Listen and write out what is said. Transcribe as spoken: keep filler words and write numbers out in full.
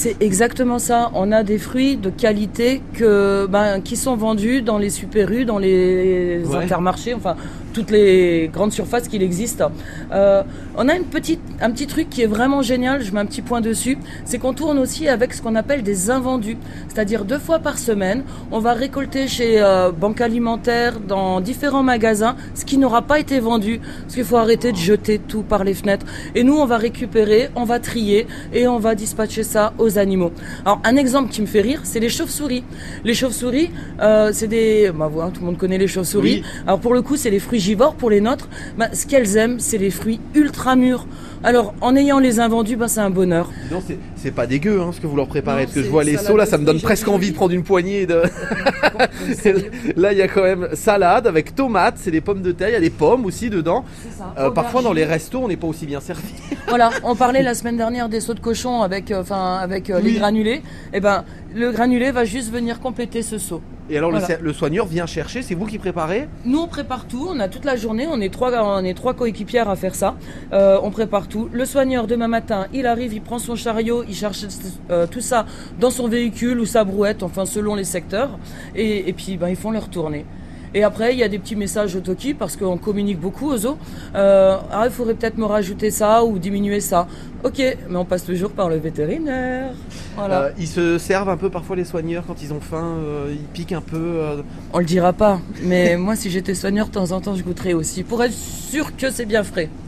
C'est exactement ça. On a des fruits de qualité que, ben, qui sont vendus dans les Super U, dans les Ouais. intermarchés, enfin toutes les grandes surfaces qu'il existe. Euh, on a une petite, un petit truc qui est vraiment génial, je mets un petit point dessus, c'est qu'on tourne aussi avec ce qu'on appelle des invendus. C'est-à-dire deux fois par semaine, on va récolter chez euh, Banque Alimentaire, dans différents magasins, ce qui n'aura pas été vendu. Parce qu'il faut arrêter de jeter tout par les fenêtres. Et nous, on va récupérer, on va trier et on va dispatcher ça aux animaux. Alors, un exemple qui me fait rire, c'est les chauves-souris. Les chauves-souris, euh, c'est des... Bah, voilà, tout le monde connaît les chauves-souris. Oui. Alors, pour le coup, c'est les frugivores. Pour les nôtres, bah, ce qu'elles aiment, c'est les fruits ultra mûrs. Alors, en ayant les invendus, bah, c'est un bonheur. Non, c'est, c'est pas dégueu hein, ce que vous leur préparez, Non, parce que je c'est vois les salade sauts là, de ça me donne fruits presque jaunes. envie de prendre une poignée de... Là, il y a quand même salade avec tomates, c'est des pommes de terre, il y a des pommes aussi dedans. C'est ça. Euh, parfois, dans les Aubergine. restos, on n'est pas aussi bien servi. Voilà, on parlait la semaine dernière des sauts de cochon avec, euh, enfin, avec euh, Oui. les granulés. Et ben, le granulé va juste venir compléter ce seau. Et alors, Voilà. le, le soigneur vient chercher, c'est vous qui préparez? Nous, on prépare tout. On a toute la journée. On est trois, on est trois coéquipières à faire ça. Euh, on prépare tout. Le soigneur, demain matin, il arrive, il prend son chariot, il cherche euh, tout ça dans son véhicule ou sa brouette, enfin, selon les secteurs. Et, et puis, ben, ils font leur tournée. Et après, il y a des petits messages au Toki parce qu'on communique beaucoup aux zoos. Euh, ah, il faudrait peut-être me rajouter ça ou diminuer ça. Ok, mais on passe toujours par le vétérinaire. Voilà. Euh, ils se servent un peu parfois les soigneurs quand ils ont faim, euh, ils piquent un peu. euh. On le dira pas, mais moi, si j'étais soigneur, de temps en temps, je goûterais aussi pour être sûr que c'est bien frais.